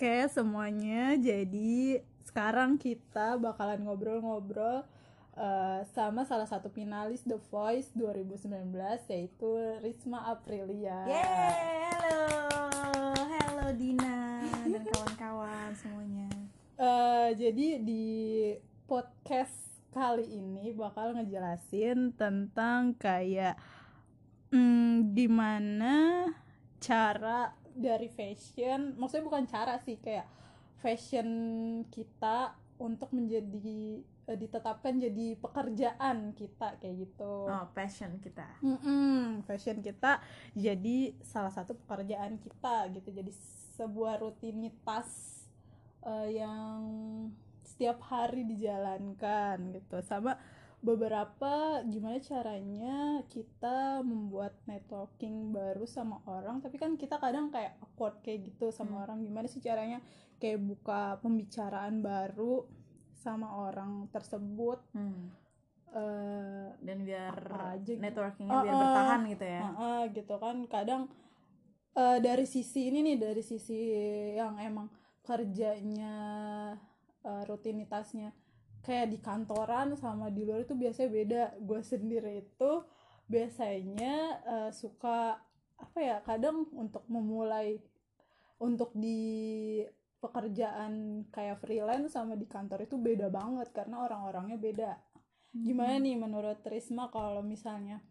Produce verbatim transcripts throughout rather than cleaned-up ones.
Oke semuanya, jadi sekarang kita bakalan ngobrol-ngobrol uh, sama salah satu finalis The Voice dua ribu sembilan belas yaitu Risma Aprilia. Yeay, halo, halo Dina dan kawan-kawan semuanya. Uh, jadi di podcast kali ini bakal ngejelasin tentang kayak hmm, gimana cara dari fashion, maksudnya bukan cara sih, kayak fashion kita untuk menjadi uh, ditetapkan jadi pekerjaan kita kayak gitu. Oh, passion kita. Mm-mm, fashion kita jadi salah satu pekerjaan kita gitu, jadi sebuah rutinitas uh, yang setiap hari dijalankan gitu. Sama beberapa gimana caranya kita membuat networking baru sama orang, tapi kan kita kadang kayak awkward kayak gitu sama hmm. orang. Gimana sih caranya kayak buka pembicaraan baru sama orang tersebut, hmm. uh, dan biar aja, networkingnya uh, biar bertahan gitu ya. Uh, uh, gitu kan kadang uh, dari sisi ini nih, dari sisi yang emang kerjanya uh, rutinitasnya kayak di kantoran sama di luar itu biasanya beda. Gue sendiri itu biasanya uh, suka apa ya, kadang untuk memulai untuk di pekerjaan kayak freelance sama di kantor itu beda banget karena orang-orangnya beda. Hmm. Gimana nih menurut Risma kalau misalnya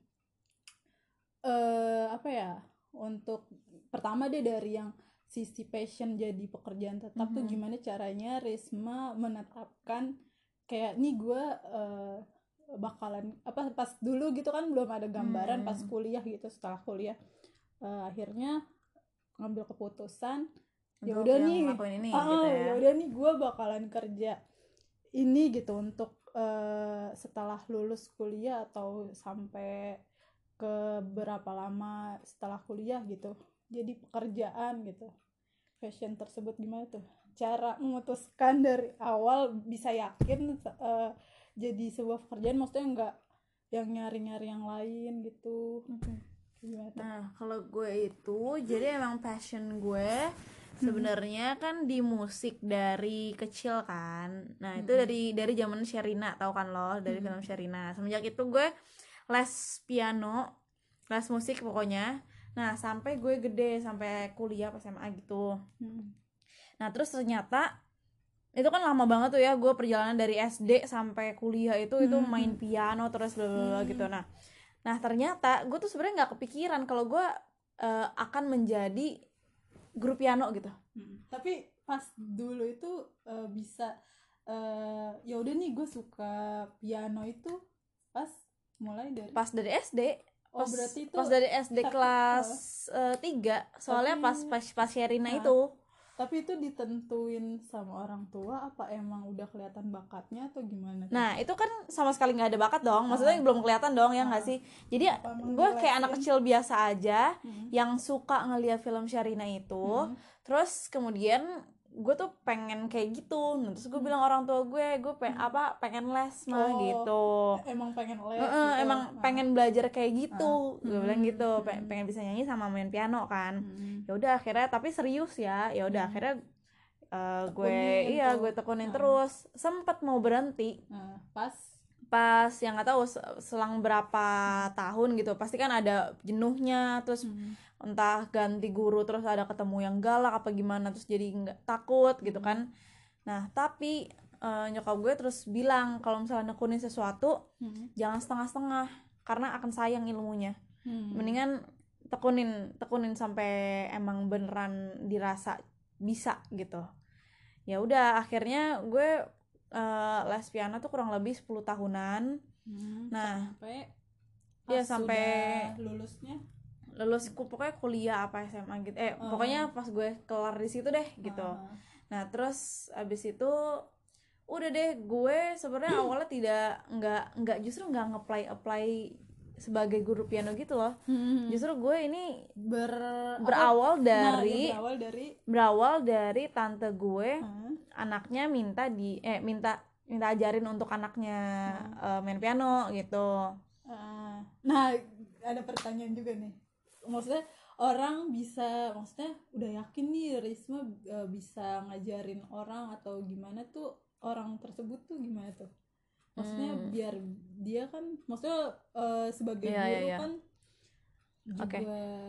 uh, apa ya, untuk pertama deh dari yang sisi passion jadi pekerjaan tetap, mm-hmm. tuh gimana caranya Risma menetapkan kayak nih gue uh, bakalan apa, pas dulu gitu kan belum ada gambaran, hmm. pas kuliah gitu, setelah kuliah uh, akhirnya ngambil keputusan ya udah nih ini, ah gitu ya. ya udah nih gue bakalan kerja ini gitu untuk uh, setelah lulus kuliah atau sampai ke berapa lama setelah kuliah gitu jadi pekerjaan gitu fashion tersebut. Gimana tuh cara memutuskan dari awal bisa yakin uh, jadi sebuah pekerjaan, maksudnya nggak yang nyari-nyari yang lain gitu. Okay. Nah kalau gue itu jadi emang passion gue sebenarnya kan di musik dari kecil kan. Nah itu mm-hmm. dari dari zaman Sherina, tahu kan lo, dari mm-hmm. film Sherina. Semenjak itu gue les piano, les musik pokoknya. Nah sampai gue gede, sampai kuliah pas S M A gitu. hmm. Nah terus ternyata itu kan lama banget tuh ya, gue perjalanan dari S D sampai kuliah itu hmm. itu main piano terus bla bla bla gitu. Nah nah ternyata gue tuh sebenarnya nggak kepikiran kalau gue uh, akan menjadi guru piano gitu. hmm. Tapi pas dulu itu uh, bisa uh, ya udah nih gue suka piano itu pas mulai dari pas dari S D. Oh, pas, berarti itu pas dari S D tapi, kelas uh, tiga soalnya tapi, pas pas pas Sherina nah, itu. Tapi itu ditentuin sama orang tua apa emang udah kelihatan bakatnya atau gimana? Nah itu kan sama sekali nggak ada bakat dong, maksudnya ah. belum kelihatan dong ya nggak ah. sih. Jadi gue kayak anak kecil biasa aja hmm. yang suka ngeliat film Sherina itu, hmm. terus kemudian gue tuh pengen kayak gitu. Nah, terus gue hmm. bilang orang tua gue, gue pengen hmm. apa pengen les mah oh, gitu. Emang pengen les. E-e, gitu. Emang nah. pengen belajar kayak gitu. Ah. Gue hmm. bilang gitu, hmm. pengen bisa nyanyi sama main piano kan. Hmm. Ya udah akhirnya, tapi serius ya. Ya udah hmm. akhirnya uh, gue iya tuh. gue tekunin nah. terus. Sempet mau berhenti. Nah, pas pas yang nggak tahu selang berapa hmm. tahun gitu. Pasti kan ada jenuhnya, terus hmm. entah ganti guru terus ada ketemu yang galak apa gimana terus jadi nggak takut gitu kan. Nah tapi uh, nyokap gue terus bilang kalau misalnya nekunin sesuatu hmm. jangan setengah-setengah karena akan sayang ilmunya. hmm. Mendingan tekunin tekunin sampai emang beneran dirasa bisa gitu. Ya udah akhirnya gue uh, les piano tuh kurang lebih sepuluh tahunan. hmm. Nah sampai ya sampai lulusnya lulus pokoknya kuliah apa S M A gitu eh uh. pokoknya pas gue kelar di situ deh gitu. uh. Nah terus abis itu udah deh gue sebenarnya awalnya tidak nggak nggak justru nggak nge-apply apply sebagai guru piano gitu loh. hmm. Justru gue ini ber berawal dari, nah, ya berawal dari berawal dari tante gue hmm. anaknya minta di eh minta minta ajarin untuk anaknya hmm. uh, main piano gitu. uh. Nah ada pertanyaan juga nih, maksudnya orang bisa, maksudnya udah yakin nih Risma uh, bisa ngajarin orang atau gimana tuh, orang tersebut tuh gimana tuh? Maksudnya hmm. biar dia kan, maksudnya uh, sebagai yeah, guru yeah, yeah. kan juga. Oke.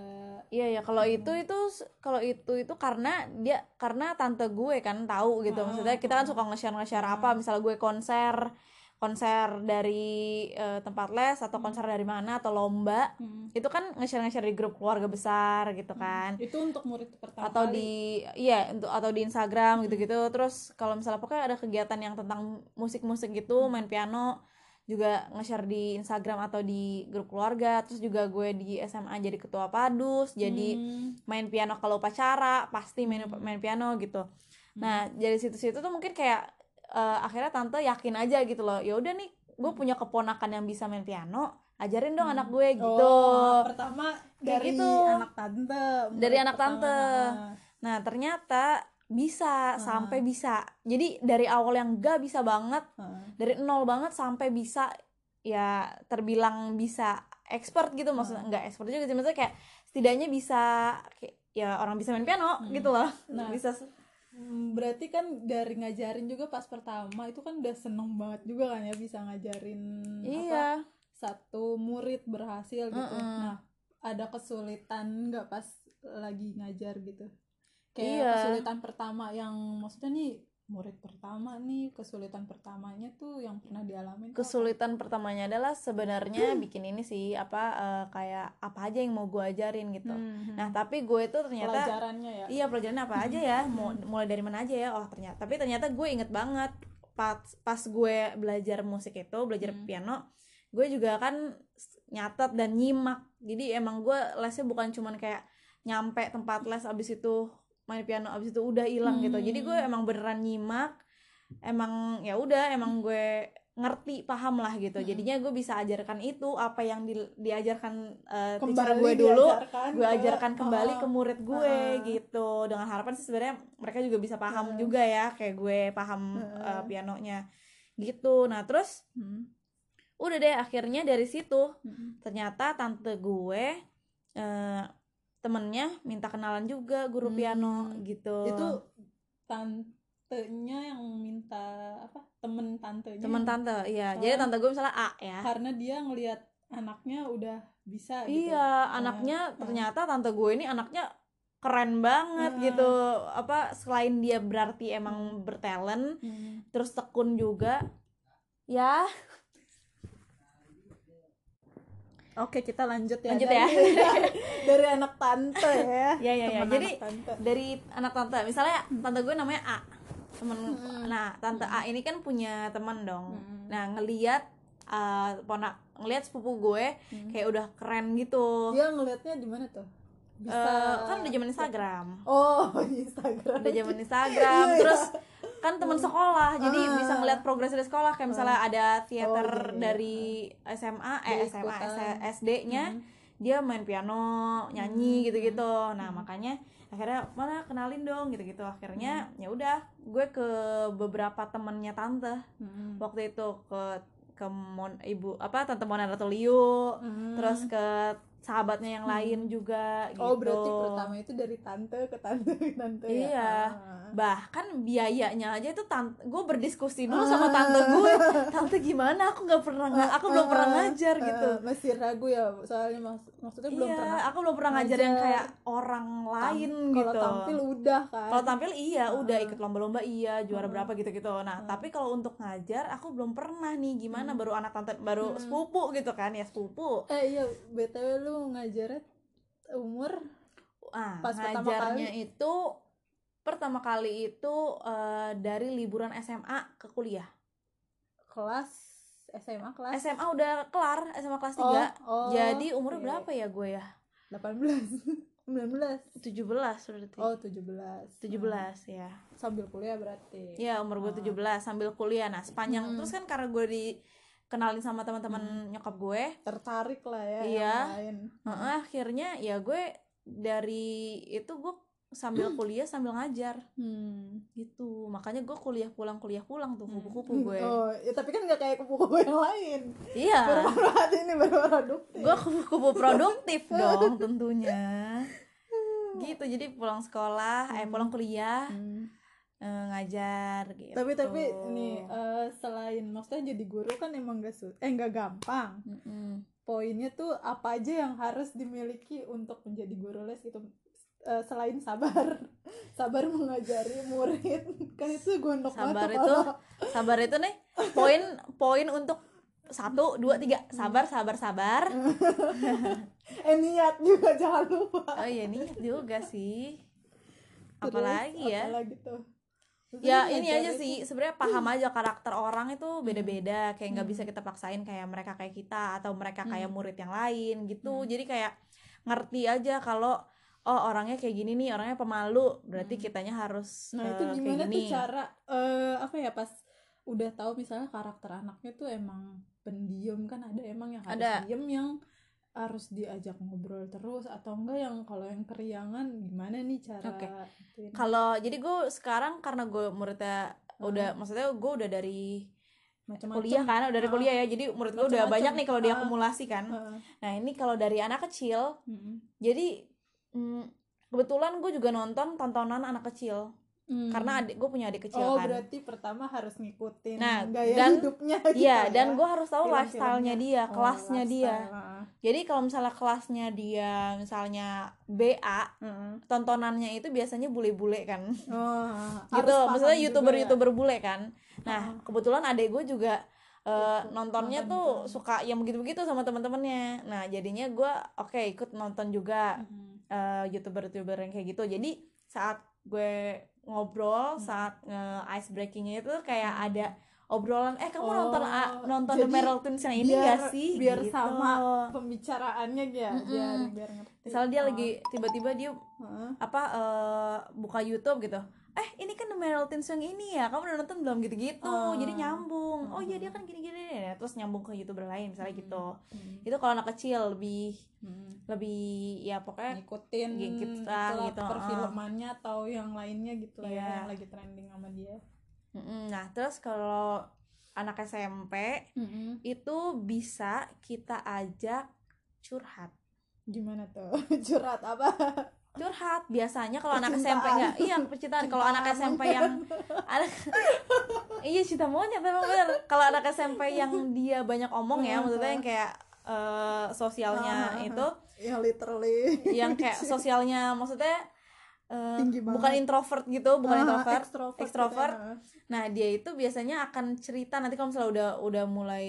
Iya ya, kalau itu itu kalau itu itu karena dia karena tante gue kan tahu gitu. Maksudnya kita kan suka nge-share nge-share apa, misalnya gue konser konser dari uh, tempat les atau konser dari mana atau lomba, hmm. itu kan nge-share nge-share di grup keluarga besar gitu kan. Hmm. Itu untuk murid pertama atau kali. di iya untuk atau di Instagram gitu-gitu. Hmm. Terus kalau misalnya pokoknya ada kegiatan yang tentang musik-musik gitu, hmm. main piano, juga nge-share di Instagram atau di grup keluarga. Terus juga gue di S M A jadi ketua padus, jadi hmm. main piano kalau upacara pasti main hmm. main piano gitu. Hmm. Nah dari situ-situ tuh mungkin kayak uh, akhirnya tante yakin aja gitu loh, ya udah nih gue punya keponakan yang bisa main piano, ajarin dong hmm. anak gue gitu. Oh, pertama dari gitu. anak tante dari anak tante nah ternyata bisa, hmm. sampai bisa. Jadi dari awal yang gak bisa banget, hmm. dari nol banget sampai bisa, ya terbilang bisa expert gitu. Maksudnya hmm. gak expert juga sih, maksudnya kayak setidaknya bisa kayak, ya orang bisa main piano hmm. gitu loh. Nah bisa. Berarti kan dari ngajarin juga pas pertama itu kan udah seneng banget juga kan ya bisa ngajarin. Iya. Apa satu murid berhasil gitu. Mm-mm. Nah ada kesulitan nggak pas lagi ngajar gitu? Kayak iya. kesulitan pertama yang maksudnya nih murid pertama nih, kesulitan pertamanya tuh yang pernah dialamin. Kesulitan apa? Pertamanya adalah sebenarnya bikin ini sih apa uh, kayak apa aja yang mau gue ajarin gitu. Hmm. Nah tapi gue itu ternyata pelajarannya ya. Iya pelajarannya apa aja ya, mau mulai dari mana aja ya. Oh ternyata tapi ternyata gue inget banget pas pas gue belajar musik itu, belajar hmm. piano, gue juga kan nyatet dan nyimak. Jadi emang gue lesnya bukan cuman kayak nyampe tempat les abis itu main piano abis itu udah hilang hmm. gitu. Jadi gue emang beneran nyimak, emang ya udah emang gue ngerti paham lah gitu. Hmm. Jadinya gue bisa ajarkan itu apa yang di, diajarkan uh, teacher gue dulu, gue ajarkan ke, kembali uh, ke murid gue uh, gitu. Dengan harapan sih sebenarnya mereka juga bisa paham uh, juga ya kayak gue paham uh, uh, pianonya gitu. Nah terus hmm. udah deh akhirnya dari situ hmm. ternyata tante gue uh, temennya minta kenalan juga guru hmm. piano gitu. Itu tantenya yang minta apa? Temen tantenya. Temen tante, iya. Jadi tante gue misalnya A ya. Karena dia ngelihat anaknya udah bisa gitu. Iya, anaknya nah, ternyata tante gue ini anaknya keren banget hmm. gitu. Apa selain dia berarti emang bertalent, hmm. terus tekun juga. Ya. Oke kita lanjut ya. Lanjut dari, ya. dari anak tante ya. Iya iya ya. Jadi tante. Dari anak tante, misalnya tante gue namanya A, temen. Hmm. Nah tante hmm. A ini kan punya teman dong. Hmm. Nah ngelihat uh, ponak ngelihat sepupu gue hmm. kayak udah keren gitu. Dia ngelihatnya di mana tuh? Bisa... Uh, kan udah zaman Instagram. Oh Instagram. Udah zaman Instagram. Terus kan teman sekolah, jadi ah. bisa ngeliat progres dari sekolah. Kayak misalnya ah. ada theater oh, iya, iya. dari S M A, eh S M A, S D-nya hmm. dia main piano, nyanyi hmm. gitu-gitu. Nah hmm. makanya akhirnya mana kenalin dong gitu-gitu. Akhirnya hmm. ya udah, gue ke beberapa temennya tante hmm. waktu itu ke ke Mon, ibu apa tante Mona Ratuliu, hmm. terus ke sahabatnya yang lain hmm. juga gitu. Oh berarti pertama itu dari tante ke tante ke tante ya. Iya. Ah. Bahkan biayanya aja itu tante, gue berdiskusi dulu ah. sama tante gue, tante gimana? Aku nggak pernah, ah. aku belum pernah ngajar ah. gitu. Masih ragu ya, soalnya mak- maksudnya belum iya, pernah. Aku belum pernah ngajar, ngajar yang kayak orang lain Tam- gitu. Kalau tampil udah kan. Kalau tampil iya, ah. udah ikut lomba-lomba iya, juara ah. berapa gitu-gitu. Nah, ah. tapi kalau untuk ngajar aku belum pernah nih. Gimana? Hmm. Baru anak tante, baru hmm. sepupu gitu kan ya sepupu. Eh iya, B T W lu ngajarnya umur ah, pas ngajarnya kali? Itu pertama kali itu uh, dari liburan S M A ke kuliah. Kelas S M A kelas? S M A udah kelar, S M A kelas tiga. Oh, oh, jadi umur okay. berapa ya gue ya? delapan belas sembilan belas tujuh belas berarti. Oh tujuh belas tujuh belas hmm. ya. Sambil kuliah berarti. Ya umur gue oh. tujuh belas sambil kuliah. Nah sepanjang hmm. terus kan karena gue dikenalin sama teman-teman hmm. nyokap gue, tertarik lah ya. Iya. Uh, akhirnya ya gue dari itu gue sambil kuliah sambil ngajar. Hmm. Gitu. Makanya gue kuliah pulang kuliah pulang tuh kupu-kupu gue. Oh, ya tapi kan enggak kayak kupu-kupu yang lain. Iya. Bermanfaat ini berproduktif. Gue kupu-kupu produktif dong tentunya. gitu. Jadi pulang sekolah, eh Hmm. pulang kuliah Hmm. eh, ngajar gitu. Tapi tapi nih eh, selain maksudnya jadi guru kan emang gak su eh nggak gampang. Mm-mm. Poinnya tuh apa aja yang harus dimiliki untuk menjadi guru les gitu. Eh, selain sabar, sabar mengajari murid, kan itu gondok Sabar banget itu, kepala. sabar itu nih poin poin untuk satu dua tiga sabar sabar sabar. Eh niat juga jangan lupa. Oh iya niat juga sih. Terus, Apalagi ya? apalagi tuh? Ya Maksudnya ini ngajar aja itu- sih sebenarnya paham aja karakter orang itu beda-beda, kayak nggak Hmm. bisa kita paksain kayak mereka kayak kita atau mereka kayak Hmm. murid yang lain gitu. Hmm. Jadi kayak ngerti aja kalau oh orangnya kayak gini nih, orangnya pemalu, berarti Hmm. kitanya harus Nah eh, itu kayak gimana tuh gini. cara eh, apa ya pas udah tahu misalnya karakter anaknya tuh emang pendiam, kan ada emang yang harus Ada. diem, yang harus diajak ngobrol terus, atau enggak yang kalau yang keriangan gimana nih cara Oke. ituin? Kalau jadi gue sekarang karena gue muridnya udah, maksudnya gue udah dari Macam-macam. kuliah kan, udah dari Ah. kuliah ya, jadi murid gue udah Macam-macam. banyak nih kalau Ah. diakumulasi kan. Heeh. Nah ini kalau dari anak kecil, Mm-mm. jadi mm, kebetulan gue juga nonton tontonan anak kecil. Hmm. Karena adik gue punya adik kecil Oh kan. berarti pertama harus ngikutin Nah, gaya dan- hidupnya gitu Iya, ya. dan gue harus tahu Film-filmnya. lifestyle-nya dia, Oh, kelasnya dia. lifestyle, ah. Jadi kalau misalnya kelasnya dia misalnya B A, Heeh. tontonannya itu biasanya bule-bule kan. Oh, Gitu, harus paham maksudnya juga youtuber-youtuber bule kan. Nah, Ah. kebetulan adik gue juga eh, Ikut nontonnya nonton tuh juga. suka yang begitu-begitu sama teman-temannya. Nah, jadinya gue oke ikut nonton juga ya. Mm. eh, youtuber-youtuber yang kayak gitu. Jadi saat gue ngobrol, Hmm. saat nge-ice breakingnya itu kayak Hmm. ada obrolan, eh kamu Oh, nonton a- nonton The jadi Meryl Twins yang ini biar- gak sih? biar Gitu. sama pembicaraannya ya, Mm-mm. biar biar ngerti. Misalnya dia Oh. lagi tiba-tiba dia Heeh. apa eh, buka YouTube gitu, eh ini kan The Meryl Twins yang ini ya, kamu udah nonton belum, gitu-gitu. Ah. Jadi nyambung, oh iya Hmm. dia kan gini-gini ya, terus nyambung ke YouTuber lain misalnya gitu. Hmm. Itu kalau anak kecil lebih Hmm. lebih ya pokoknya ngikutin gitu gitu, lah, gitu, perfilmannya atau yang lainnya gitu lah ya, Iya. yang lagi trending sama dia. mm-mm. Nah terus kalau anak S M P itu bisa kita ajak curhat. Gimana tuh? Curhat apa? Curhat biasanya kalau anak S M P Percintaan. enggak, iya percintaan. Kalau anak S M P yang anak iya cinta monyet emang bener. Kalau anak S M P yang dia banyak omong ya, maksudnya yang kayak eh, sosialnya Ah, itu yang literally yang kayak sosialnya maksudnya eh, Tinggi bukan banget. introvert gitu, bukan Ah, introvert, extrovert, extrovert. gitu ya. Nah dia itu biasanya akan cerita nanti kalau misalnya udah udah mulai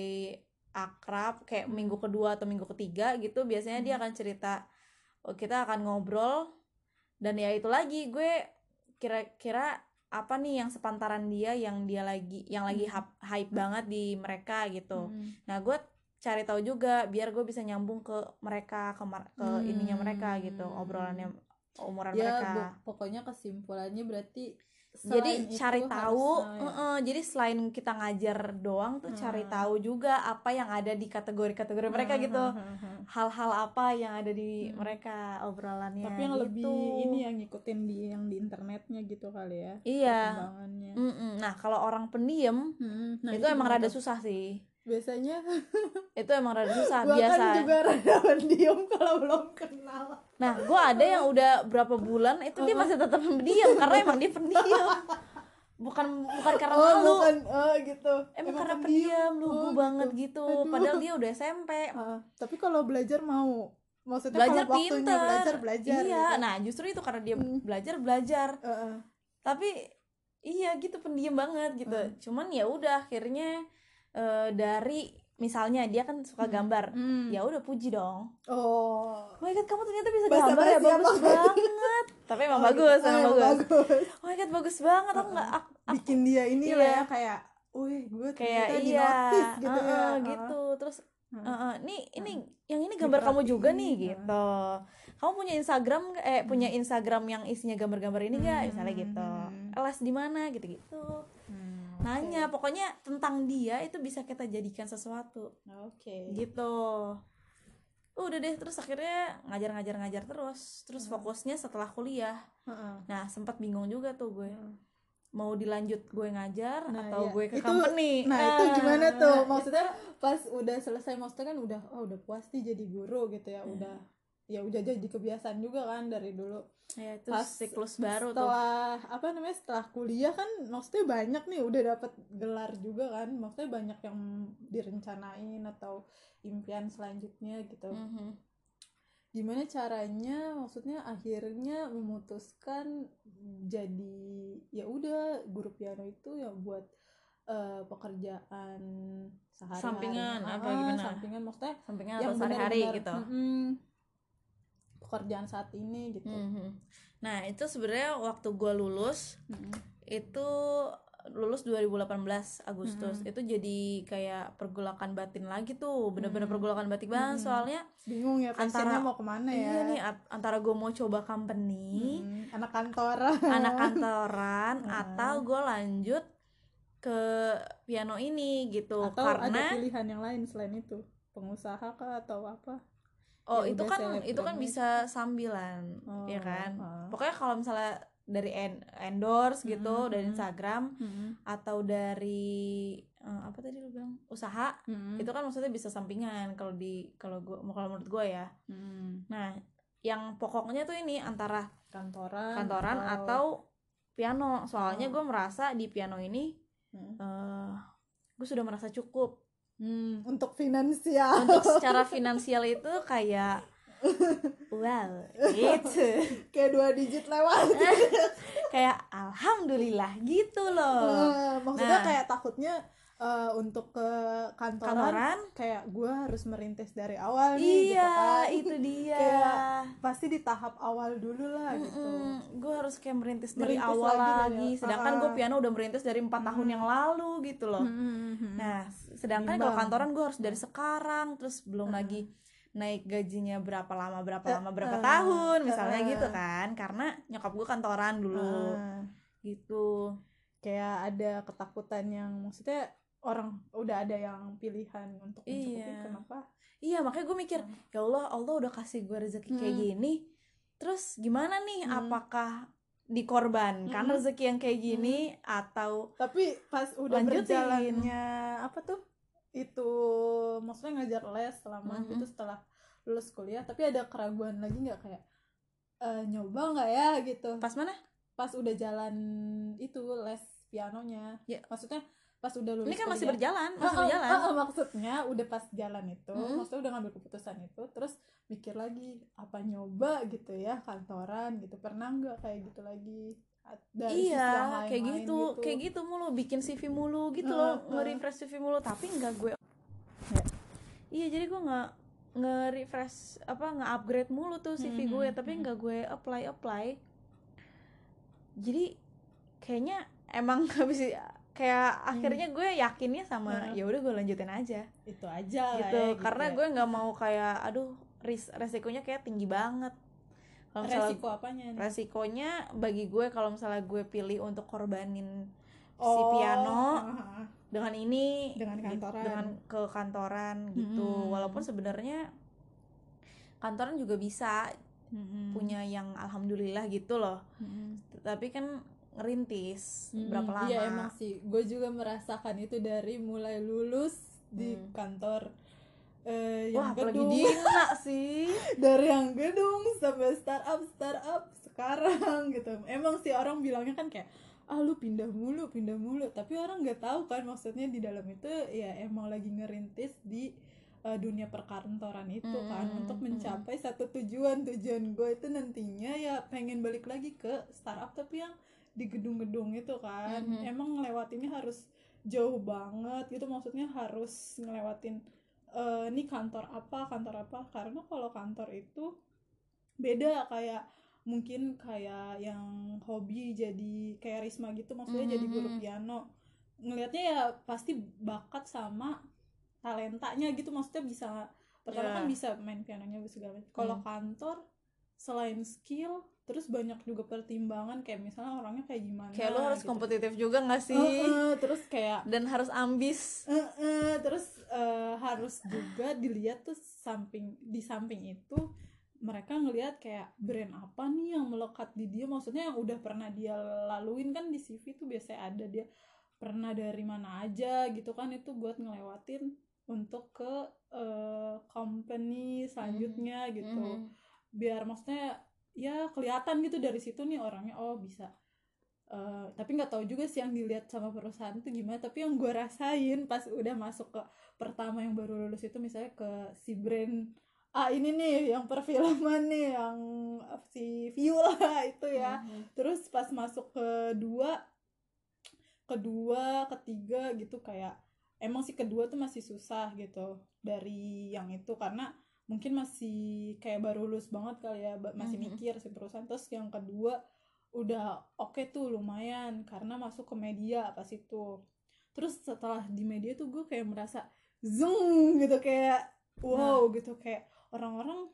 akrab kayak Hmm. minggu kedua atau minggu ketiga gitu, biasanya dia Hmm. akan cerita, oh, kita akan ngobrol, dan ya itu lagi gue kira-kira apa nih yang sepantaran dia yang dia lagi yang lagi Hmm. hap- hype banget di mereka gitu. Hmm. Nah gue cari tahu juga biar gue bisa nyambung ke mereka, ke mar- ke Hmm. ininya mereka gitu, obrolannya umuran Ya mereka. bu- pokoknya kesimpulannya berarti Jadi selain itu cari harus- tahu, ah, ya. heeh, jadi selain kita ngajar doang tuh cari Hmm. tahu juga apa yang ada di kategori-kategori mereka Hmm, gitu, hmm, hmm, hmm. hal-hal apa yang ada di Hmm. mereka obrolannya. Tapi yang gitu. lebih ini yang ngikutin di yang di internetnya gitu kali ya, Iya. perkembangannya. Mm-mm. Nah kalau orang pendiam Hmm, nah itu emang gimana rada tuh? susah sih. Biasanya Itu emang rada susah gua biasa. kan juga rada pendiam kalau belum kenal. Nah gue ada yang udah berapa bulan itu dia masih tetap pendiam karena emang dia pendiam. Bukan bukan karena Oh, malu. bukan, oh gitu. Emang karena pendiam, lugu Oh, banget gitu. Aduh. Padahal dia udah S M P. Ah, tapi kalau belajar mau, maksudnya Belajar kalau waktunya pinter. belajar belajar. Iya, gitu. nah justru itu karena dia Hmm. belajar belajar. Heeh. Tapi iya gitu pendiam banget gitu. Hmm. Cuman ya udah akhirnya eh, dari misalnya dia kan suka gambar. Hmm. Ya udah puji dong. Oh. Oh my god, kamu ternyata bisa Basa-basi gambar ya, bagus apa? banget. Tapi emang Oh, bagus, gitu. emang Oh, bagus. bagus. Oh my god, bagus banget. Aku nggak ak- ak- Bikin dia ini Iya. lah ya kayak, wih gue kayak ternyata iya, dinotis gitu uh-uh, ya. gitu. Terus Heeh. uh-uh, nih ini yang ini gambar kamu juga nih Diperhatiin, gitu. Kamu punya Instagram nggak? eh punya Instagram yang isinya gambar-gambar ini nggak? Hmm. Misalnya gitu. Les di mana gitu-gitu. Hmm, Nanya, pokoknya tentang dia itu bisa kita jadikan sesuatu. Oke. Gitu. Udah deh, terus akhirnya ngajar-ngajar-ngajar terus. Terus fokusnya setelah kuliah. Heeh. Nah, sempat bingung juga tuh gue. Heeh. Mau dilanjut gue ngajar Nah, atau iya. gue ke Itu- company. Nah, itu Ah, gimana tuh? itu- Maksudnya pas udah selesai, maksudnya kan udah oh udah puas nih jadi guru gitu ya, Hmm. udah ya udah jadi kebiasaan juga kan dari dulu. Ya itu Pas siklus baru tuh. setelah apa namanya setelah kuliah kan maksudnya banyak nih udah dapat gelar juga kan, maksudnya banyak yang direncanain atau impian selanjutnya gitu. Mhm. Gimana caranya maksudnya akhirnya memutuskan jadi ya udah guru piano itu ya buat uh, pekerjaan sehari-hari, Sampingan ah, apa gimana? sampingan maksudnya Sampingan yang atau sehari-hari benar-benar, gitu. mm-mm, pekerjaan saat ini gitu. Mhm. Nah itu sebenarnya waktu gue lulus, Mm-mm. itu lulus dua ribu delapan belas Agustus, Mm-mm. itu jadi kayak pergolakan batin lagi tuh, bener-bener Mm-mm. pergolakan batin banget. Mm-mm. Soalnya bingung ya passionnya mau kemana ya. Iya nih, antara gue mau coba company, Mm-mm. anak kantoran anak kantoran atau gue lanjut ke piano ini gitu. atau Karena ada pilihan yang lain selain itu, pengusaha kah atau apa? oh Ya itu udah kan itu kan selebgram bisa sambilan, Oh, ya kan. ah. Pokoknya kalau misalnya dari en- endorse gitu, Mm-mm, dari mm-mm. Instagram Mm-mm. atau dari eh, apa tadi lu bilang usaha, Mm-mm. itu kan maksudnya bisa sampingan kalau di kalau gua kalau menurut gue ya. Mm-mm. Nah yang pokoknya tuh ini antara kantoran kantoran atau, atau piano. Soalnya Oh. gue merasa di piano ini Mm. uh, gue sudah merasa cukup. Hmm, untuk finansial. Untuk secara finansial itu kayak wow gitu. Kayak dua digit lewat. Kayak alhamdulillah gitu loh. Uh, maksudnya Nah. kayak takutnya uh, untuk ke kantoran, Kantoran kayak gue harus merintis dari awal nih, iya gitu kan. itu dia. Kayak pasti di tahap awal dulu lah gitu. Gue harus kayak merintis dari Merintis awal lagi lagi, dari- sedangkan ah. gue piano udah merintis dari empat Hmm. tahun yang lalu gitu loh. Hmm. Nah sedangkan kalau Bimbang. kantoran gue harus dari sekarang, terus belum Hmm. lagi naik gajinya berapa lama berapa Eh, lama berapa eh, tahun misalnya eh, gitu kan, karena nyokap gue kantoran dulu Ah. gitu. Kayak ada ketakutan yang maksudnya orang udah ada yang pilihan untuk mencukupi, Iya. kenapa? Iya makanya gue mikir Hmm. ya Allah Allah udah kasih gue rezeki kayak Hmm. gini, terus gimana nih, Hmm. apakah dikorbankan Hmm. rezeki yang kayak gini atau Tapi pas udah Lanjutin. berjalannya apa tuh itu maksudnya ngajar les selama Mhm. gitu setelah lulus kuliah, tapi ada keraguan lagi nggak kayak eh, nyoba nggak ya gitu pas mana? pas udah jalan itu les pianonya Ya. maksudnya pas udah lulus Ini kan masih kuliah. berjalan, masih Ah, ah, berjalan. ah, ah, maksudnya udah pas jalan itu, Hmm. maksudnya udah ngambil keputusan itu, terus mikir lagi apa nyoba gitu ya kantoran gitu, pernah nggak kayak gitu lagi dari sisi yang Iya, lain-lain kayak gitu, kayak gitu mulu, bikin C V mulu gitu loh, Ah, ah. nge-refresh C V mulu, tapi nggak gue. Ya. Iya, jadi gue nggak nge-refresh apa nge-upgrade mulu tuh C V Hmm, gue, hmm, tapi hmm. nggak gue apply apply. Jadi kayaknya emang habis kayak akhirnya gue yakinnya sama Hmm. ya udah gue lanjutin aja itu aja lah gitu, ya, karena ya. gue nggak mau kayak aduh ris resikonya kayak tinggi banget. Kalau misalnya resiko apanya nih? resikonya bagi gue kalau misalnya gue pilih untuk korbanin si Oh, piano ah, ah. dengan ini Dengan gitu, kantoran. dengan ke kantoran gitu. Hmm. Walaupun sebenarnya kantoran juga bisa Mm-mm. punya yang alhamdulillah gitu loh, Mm-mm. tapi kan ngerintis Mm-mm. berapa lama. Iya emang sih, gue juga merasakan itu dari mulai lulus di Hmm. kantor eh, Wah yang apalagi gedung. Dina sih. Dari yang gedung sampai startup startup sekarang gitu. Emang sih orang bilangnya kan kayak ah lu pindah mulu pindah mulu, tapi orang nggak tahu kan maksudnya di dalam itu ya emang lagi ngerintis di uh, dunia perkantoran itu Hmm, kan, untuk hmm. mencapai satu tujuan tujuan gue itu nantinya ya pengen balik lagi ke startup tapi yang di gedung-gedung itu kan. Mhm. Emang ngelewatinnya harus jauh banget gitu, maksudnya harus ngelewatin eh, ini kantor apa kantor apa karena kalau kantor itu beda, kayak mungkin kayak yang hobi jadi kayak Risma gitu, maksudnya Mhm. jadi guru piano, ngelihatnya ya pasti bakat sama talentanya gitu, maksudnya bisa pertama Yeah. kan bisa main pianonya segala macam. Kalau Hmm. kantor selain skill terus banyak juga pertimbangan, kayak misalnya orangnya kayak gimana Kayak lo harus gitu. kompetitif juga nggak sih? Eh, eh, terus kayak Dan harus ambis. eh, eh, terus eh, harus juga dilihat tuh samping di samping itu mereka ngelihat kayak brand apa nih yang melekat di dia, maksudnya yang udah pernah dia laluin kan di C V tuh biasanya ada dia pernah dari mana aja gitu kan, itu buat ngelewatin untuk ke eh, company selanjutnya gitu. Mhm. biar maksudnya ya kelihatan gitu dari situ nih orangnya, oh bisa. Uh, tapi nggak tahu juga sih yang dilihat sama perusahaan itu gimana, tapi yang gue rasain pas udah masuk ke pertama yang baru lulus itu, misalnya ke si brand ah ini nih yang perfilman nih yang si View lah itu ya, mm-hmm. Terus pas masuk kedua kedua ketiga gitu kayak emang sih kedua tuh masih susah gitu dari yang itu, karena mungkin masih kayak baru lulus banget kali ya, masih mm-hmm. mikir si perusahaan. Terus yang kedua udah oke okay tuh lumayan karena masuk ke media pas itu. Terus setelah di media tuh gue kayak merasa zung gitu, kayak wow nah. gitu, kayak orang-orang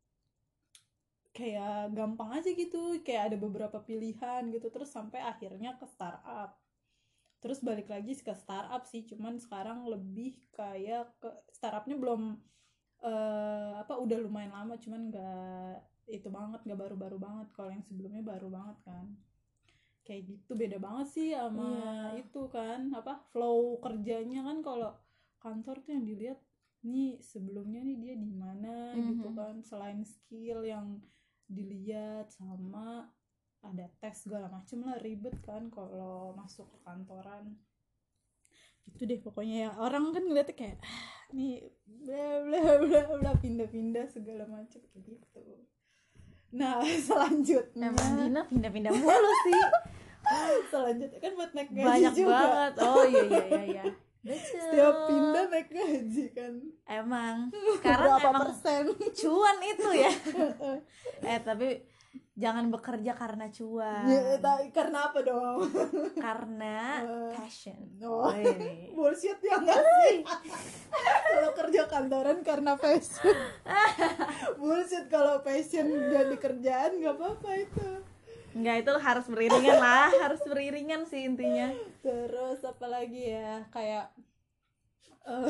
kayak gampang aja gitu, kayak ada beberapa pilihan gitu. Terus sampai akhirnya ke startup. Terus balik lagi ke startup sih, cuman sekarang lebih kayak ke startupnya belum uh, apa udah lumayan lama, cuman nggak itu banget, nggak baru-baru banget. Kalau yang sebelumnya baru banget kan, kayak gitu. Beda banget sih sama yeah. itu kan apa flow kerjanya kan. Kalau kantor tuh yang dilihat nih sebelumnya nih dia di mana mm-hmm. gitu kan, selain skill yang dilihat sama ada tes segala macem lah, ribet kan kalau masuk ke kantoran gitu deh pokoknya ya. Orang kan ngeliatnya kayak ah, nih bla bla bla bla pindah-pindah segala macem kayak gitu. Nah selanjutnya emang Dina pindah-pindah mulu sih. Selanjutnya kan buat naik gaji banyak juga. Banget. Oh iya iya iya iya. Betul. Setiap pindah naik gaji kan. Emang sekarang berapa emang persen cuan itu ya. eh tapi jangan bekerja karena cuan. Ya, tapi karena apa dong? Karena uh, passion. Oh, bullshit ya nggak sih? Kalau kerja kantoran karena passion. Bullshit kalau passion jadi kerjaan nggak apa-apa itu. Enggak, itu harus beriringan lah, harus beriringan sih intinya. Terus apa lagi ya, kayak uh,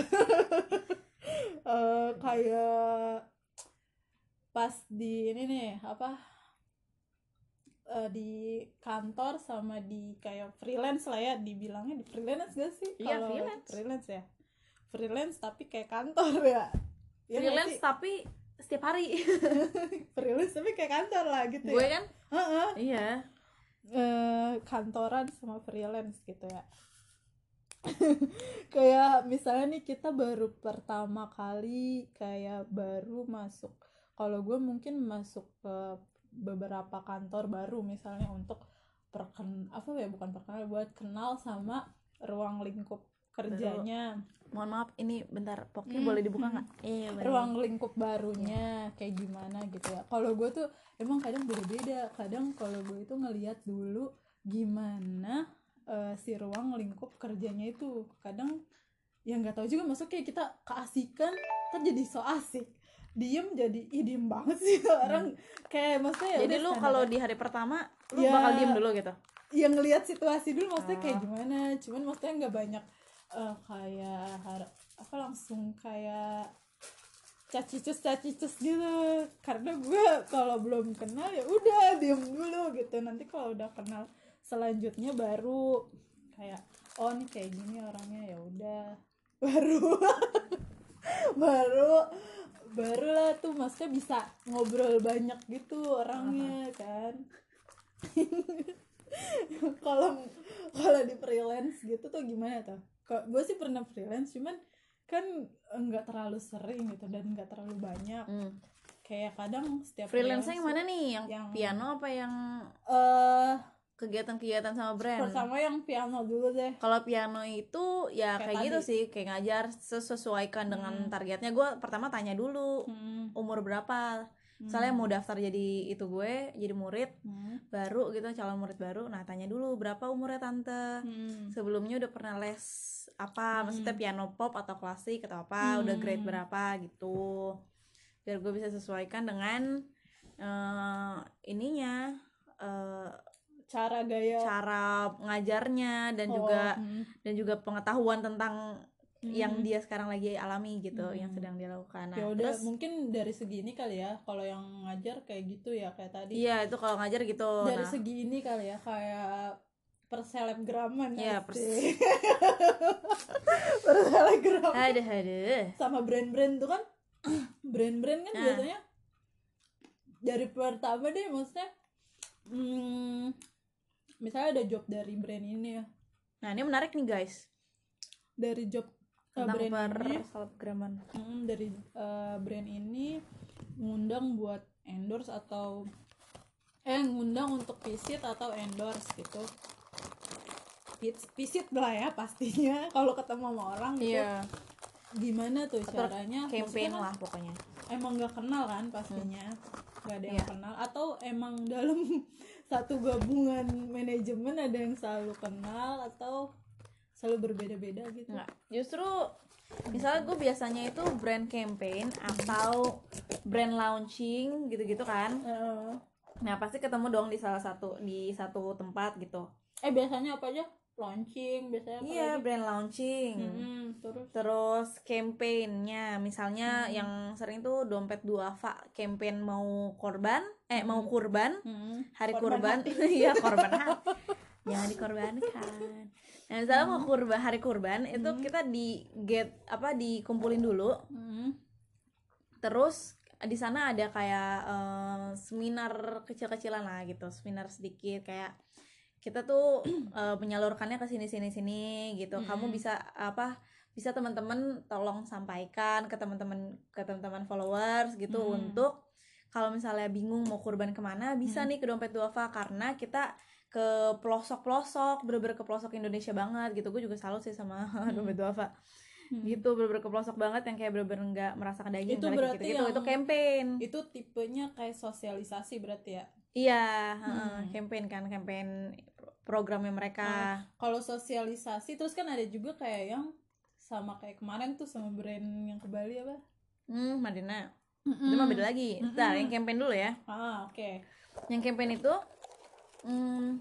uh, kayak pas di ini nih apa uh, di kantor sama di kayak freelance lah ya, dibilangnya di freelance gak sih? Iya, Kalo freelance. Freelance ya. Freelance tapi kayak kantor ya. Ya freelance tapi setiap hari. Freelance tapi kayak kantor lah gitu. Gue ya. kan? Uh-uh. Iya. Uh, kantoran sama freelance gitu ya. Kayak misalnya nih kita baru pertama kali kayak baru masuk. Kalau gue mungkin masuk ke beberapa kantor baru misalnya untuk perken apa ya bukan perkenal buat kenal sama ruang lingkup kerjanya. Mohon maaf ini bentar, Poki hmm. boleh dibuka nggak? Hmm. Eh, ruang lingkup barunya yeah. kayak gimana gitu ya. Kalau gue tuh emang kadang beda-beda. Kadang kalau gue itu ngelihat dulu gimana uh, si ruang lingkup kerjanya itu. Kadang yang nggak tahu juga, maksudnya kayak kita keasikan kan jadi so asik. Diem jadi ih diem banget sih orang hmm. kayak maksudnya. Jadi lu kalau di hari pertama lu ya, bakal diem dulu gitu? Yang ngelihat situasi dulu maksudnya oh. kayak gimana. Cuman maksudnya nggak banyak. Uh, kayak har- apa langsung kayak cacicus cacicus gitu, karena gue kalau belum kenal ya udah diem dulu gitu. Nanti kalau udah kenal selanjutnya baru kayak oh nih kayak gini orangnya, ya udah baru baru baru lah tuh maksudnya bisa ngobrol banyak gitu orangnya uh-huh. kan. Kalau kalau di freelance gitu tuh gimana tuh? Kok gue sih pernah freelance, cuman kan nggak terlalu sering gitu dan nggak terlalu banyak. Hmm. Kayak kadang setiap freelance yang mana nih? Yang, yang piano apa yang uh, kegiatan-kegiatan sama brand? Pertama yang piano dulu deh. Kalau piano itu ya kayak, kayak gitu sih, kayak ngajar sesuaikan hmm. dengan targetnya. Gue pertama tanya dulu hmm. umur berapa. Misalnya hmm. mau daftar jadi itu gue, jadi murid hmm. baru gitu, calon murid baru. Nah tanya dulu berapa umurnya tante, hmm. sebelumnya udah pernah les apa, hmm. maksudnya piano pop atau klasik atau apa, hmm. udah grade berapa gitu, biar gue bisa sesuaikan dengan uh, ininya uh, cara gaya, cara ngajarnya dan oh. juga hmm. dan juga pengetahuan tentang Hmm. yang dia sekarang lagi alami gitu, hmm. yang sedang dia lakukan. Nah, ya udah mungkin dari segi ini kali ya, kalau yang ngajar kayak gitu ya kayak tadi. Iya itu kalau ngajar gitu. Dari nah. segi ini kali ya kayak perselebgraman. Iya pers. Perselebgraman. Aduh aduh. Sama brand-brand tuh kan, brand-brand kan nah. biasanya dari pertama deh, maksudnya hmm, misalnya ada job dari brand ini ya. Nah ini menarik nih guys, dari job uh, tentang brand ini selebgraman. hmm, dari uh, brand ini ngundang buat endorse atau eh ngundang untuk visit atau endorse gitu. Visit lah ya pastinya kalau ketemu sama orang gitu. Iya. Gimana tuh Atau caranya? campaign Maksudnya lah pokoknya. Emang nggak kenal kan pastinya, nggak ada yang Iya. kenal, atau emang dalam satu gabungan manajemen ada yang selalu kenal atau selalu berbeda-beda gitu? Nggak, justru misalnya gue biasanya itu brand campaign atau brand launching gitu-gitu kan. Uh, Nah pasti ketemu dong di salah satu di satu tempat gitu. eh biasanya apa aja? Launching biasanya apa Iya, lagi? brand launching. Hmm, terus Terus campaignnya, misalnya Hmm. yang sering tuh dompet duafa, campaign mau korban, eh mau kurban, hmm, hari korban kurban, iya korban hati, jangan dikorbankan. Nah misalnya mau kurban, hari kurban itu kita di get apa dikumpulin dulu, hmm, terus di sana ada kayak eh, seminar kecil-kecilan lah gitu, seminar sedikit kayak kita tuh uh, menyalurkannya ke sini sini sini gitu. Mm-hmm. Kamu bisa apa? Bisa teman-teman tolong sampaikan ke teman-teman ke teman-teman followers gitu Mm-hmm. untuk kalau misalnya bingung mau kurban kemana bisa mm-hmm. nih ke Dompet Duafa karena kita ke pelosok-pelosok, bener-bener ke pelosok Indonesia banget gitu. Gue juga salut sih sama mm-hmm. Dompet Duafa. Hmm. gitu bener-bener ke pelosok banget yang kayak bener-bener nggak merasakan daging itu berarti gitu, gitu. Itu campaign, itu tipenya kayak sosialisasi berarti ya. Iya, hmm. uh, campaign kan, campaign programnya mereka. Nah, kalau sosialisasi terus kan ada juga kayak yang sama kayak kemarin tuh sama brand yang ke Bali apa? Hmm, Madina. Mm-mm. Itu mah beda lagi. Mm-mm. Ntar yang campaign dulu ya. Ah, oke. Okay. Yang campaign itu hmm,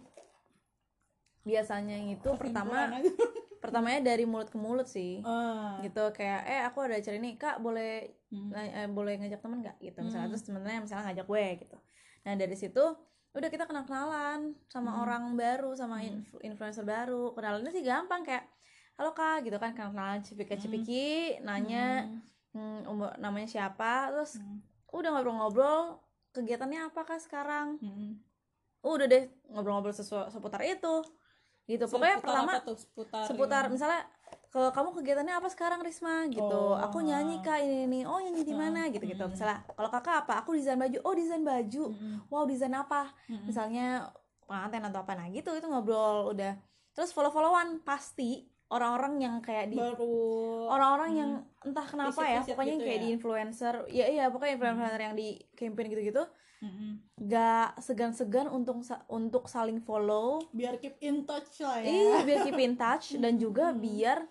biasanya itu pertama pertamanya dari mulut ke mulut sih. Ah. Gitu kayak eh aku ada acara ini, Kak boleh hmm. eh, boleh ngajak temen nggak gitu. Misalnya hmm. terus temennya misalnya ngajak gue gitu. Nah dari situ udah kita kenal-kenalan sama hmm. orang baru, sama influ- influencer baru. Kenalannya sih gampang kayak halo Kak gitu kan, kenalan cipika-cipiki, hmm. nanya hmm. umur namanya siapa, terus hmm. udah ngobrol-ngobrol kegiatannya apa Kak sekarang. Hmm. Udah deh ngobrol-ngobrol sesu- seputar itu. Gitu. Pokoknya seputar pertama tuh, seputar, seputar misalnya ke kamu kegiatannya apa sekarang Risma gitu. Oh. Aku nyanyi Kak ini ini. Oh nyanyi di mana? Hmm. Gitu-gitu. Misalnya kalau Kakak apa? Aku desain baju. Oh desain baju. Hmm. Wow desain apa? Hmm. Misalnya pengantin atau apa, nah gitu. Itu ngobrol udah. Terus follow-followan pasti orang-orang yang kayak di baru orang-orang hmm. yang entah kenapa visit, ya visit pokoknya gitu kayak ya? Di influencer. Ya iya pokoknya influencer hmm. yang di campaign gitu-gitu. Mm-hmm. Gak segan-segan untuk untuk saling follow, biar keep in touch lah ya. Iya, biar keep in touch dan juga biar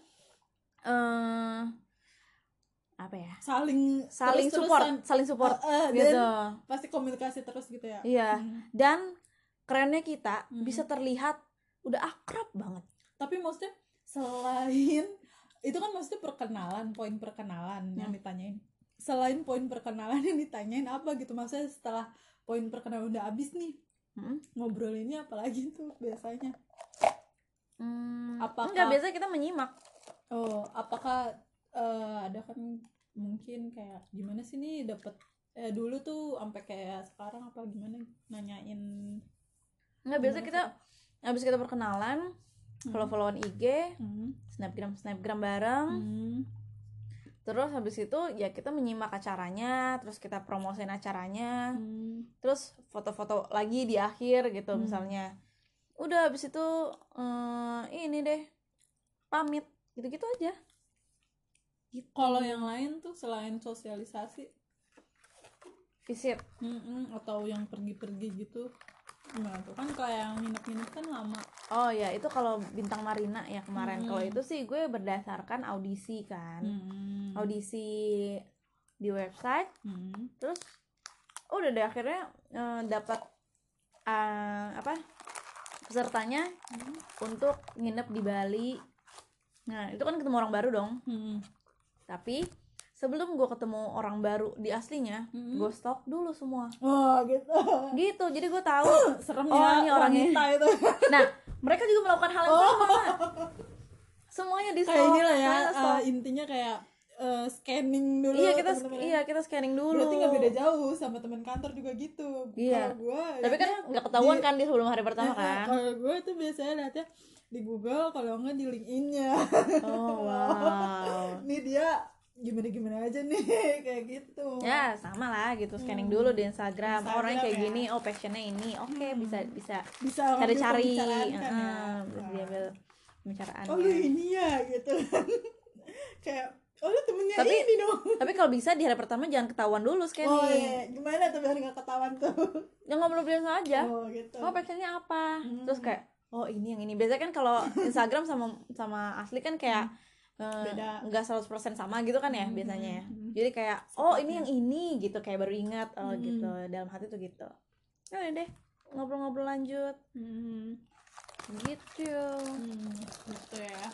uh, apa ya? Saling saling support, saling support uh, uh, gitu. Dan pasti komunikasi terus gitu ya. Iya. Hmm. Dan kerennya kita hmm. bisa terlihat udah akrab banget. Tapi maksudnya selain itu kan maksudnya perkenalan, poin perkenalan hmm. yang ditanyain. Selain poin perkenalan yang ditanyain apa gitu, maksudnya setelah poin perkenalan udah habis nih hmm? ngobrolinnya apalagi tuh biasanya? Hmm, apakah enggak, biasanya kita menyimak. Oh, apakah uh, ada kan mungkin kayak gimana sih nih dapet eh, dulu tuh sampai kayak sekarang apa gimana nanyain? Enggak, biasa kita habis kita perkenalan hmm. follow-followan I G, hmm. snapgram snapgram bareng. Hmm. Terus habis itu ya kita menyimak acaranya, terus kita promosiin acaranya, hmm. terus foto-foto lagi di akhir gitu hmm. misalnya. Udah habis itu uh, ini deh pamit, gitu-gitu aja. Gitu. Kalau yang lain tuh selain sosialisasi, visit, Mm-mm, atau yang pergi-pergi gitu, gimana tuh? Kan kayak yang nginep-nginep kan lama. Oh ya itu kalau Bintang Marina ya kemarin. Hmm. Kalau itu sih gue berdasarkan audisi kan, hmm. audisi di website. Hmm. Terus udah deh akhirnya uh, dapat uh, apa pesertanya hmm. untuk nginep di Bali. Nah itu kan ketemu orang baru dong. Hmm. Tapi sebelum gue ketemu orang baru di aslinya, mm-hmm. gue stalk dulu semua. Oh gitu. Gitu, jadi gue tahu. Serem oh, ya ini orangnya. Itu. Nah, mereka juga melakukan hal yang sama. Oh. Semuanya di stalk. Kayak inilah ya, uh, intinya kayak uh, scanning dulu. Iya kita temen-temen. iya kita scanning dulu. Berarti nggak beda jauh sama teman kantor juga gitu. Iya. Kalau gue tapi kan nggak ketahuan di, kan di sebelum hari pertama eh, kan. Kalau gue tuh biasanya lihatnya di Google, kalau nggak di LinkedIn-nya. Oh wow. Nih dia gimana-gimana aja nih kayak gitu. Ya sama lah gitu, scanning Hmm. dulu di Instagram, Instagram orangnya kayak ya. gini, oh passionnya ini, oke okay, Hmm. bisa bisa Bisa cari-cari, kan ya. uh, bisa Wah. diambil pembicaraan. Oh lu ini ya gitu. Kayak oh lu temennya tapi, ini dong. Tapi kalau bisa di hari pertama jangan ketahuan dulu scanning. Oh iya, gimana tuh biar nggak ketahuan tuh? Ya ngobrol biasa aja. Oh gitu. Oh passionnya apa? Hmm. Terus kayak oh ini yang ini. Biasanya kan kalau Instagram sama sama asli kan kayak hmm. Beda. nggak seratus persen sama gitu kan ya Hmm. biasanya ya. Hmm. Jadi kayak oh ini yang ini gitu, kayak baru ingat oh Hmm. gitu dalam hati tuh gitu. Ya udah deh ngobrol-ngobrol lanjut. Hmm. Gitu. Hmm. Gitu ya.